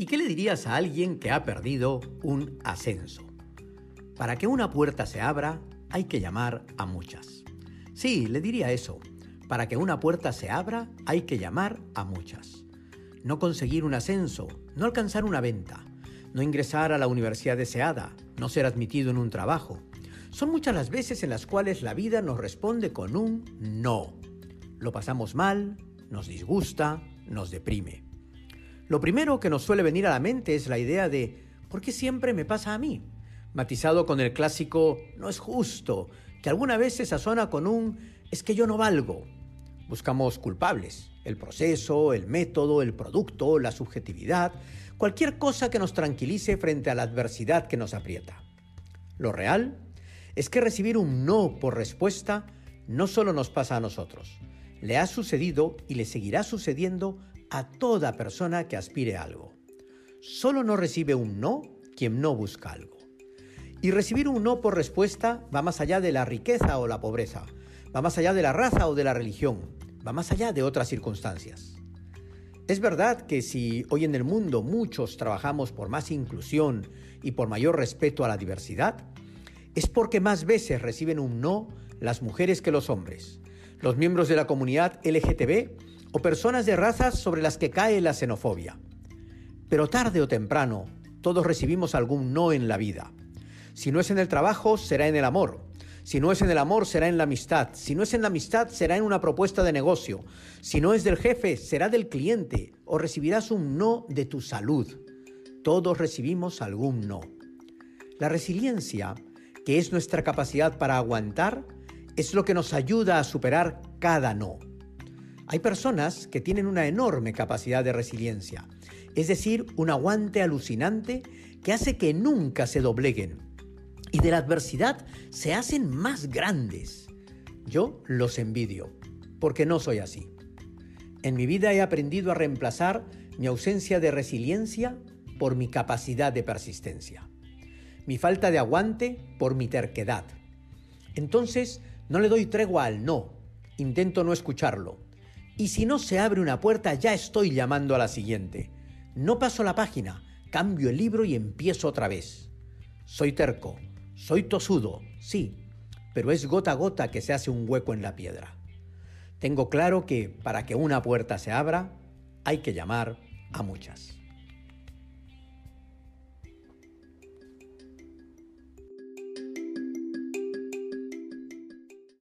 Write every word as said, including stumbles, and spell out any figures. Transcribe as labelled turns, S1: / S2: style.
S1: ¿Y qué le dirías a alguien que ha perdido un ascenso? Para que una puerta se abra, hay que llamar a muchas. Sí, le diría eso. Para que una puerta se abra, hay que llamar a muchas. No conseguir un ascenso, no alcanzar una venta, no ingresar a la universidad deseada, no ser admitido en un trabajo. Son muchas las veces en las cuales la vida nos responde con un no. Lo pasamos mal, nos disgusta, nos deprime. Lo primero que nos suele venir a la mente es la idea de ¿por qué siempre me pasa a mí? Matizado con el clásico no es justo, que alguna vez se sazona con un es que yo no valgo. Buscamos culpables, el proceso, el método, el producto, la subjetividad, cualquier cosa que nos tranquilice frente a la adversidad que nos aprieta. Lo real es que recibir un no por respuesta no solo nos pasa a nosotros, le ha sucedido y le seguirá sucediendo a toda persona que aspire a algo. Solo no recibe un no quien no busca algo. Y recibir un no por respuesta va más allá de la riqueza o la pobreza, va más allá de la raza o de la religión, va más allá de otras circunstancias. Es verdad que si hoy en el mundo muchos trabajamos por más inclusión y por mayor respeto a la diversidad, es porque más veces reciben un no las mujeres que los hombres, los miembros de la comunidad L G T B o personas de razas sobre las que cae la xenofobia. Pero tarde o temprano, todos recibimos algún no en la vida. Si no es en el trabajo, será en el amor. Si no es en el amor, será en la amistad. Si no es en la amistad, será en una propuesta de negocio. Si no es del jefe, será del cliente o recibirás un no de tu salud. Todos recibimos algún no. La resiliencia, que es nuestra capacidad para aguantar, es lo que nos ayuda a superar cada no. Hay personas que tienen una enorme capacidad de resiliencia, es decir, un aguante alucinante que hace que nunca se dobleguen y de la adversidad se hacen más grandes. Yo los envidio, porque no soy así. En mi vida he aprendido a reemplazar mi ausencia de resiliencia por mi capacidad de persistencia, mi falta de aguante por mi terquedad. Entonces, no le doy tregua al no, intento no escucharlo. Y si no se abre una puerta, ya estoy llamando a la siguiente. No paso la página, cambio el libro y empiezo otra vez. Soy terco, soy tosudo, sí, pero es gota a gota que se hace un hueco en la piedra. Tengo claro que para que una puerta se abra, hay que llamar a muchas.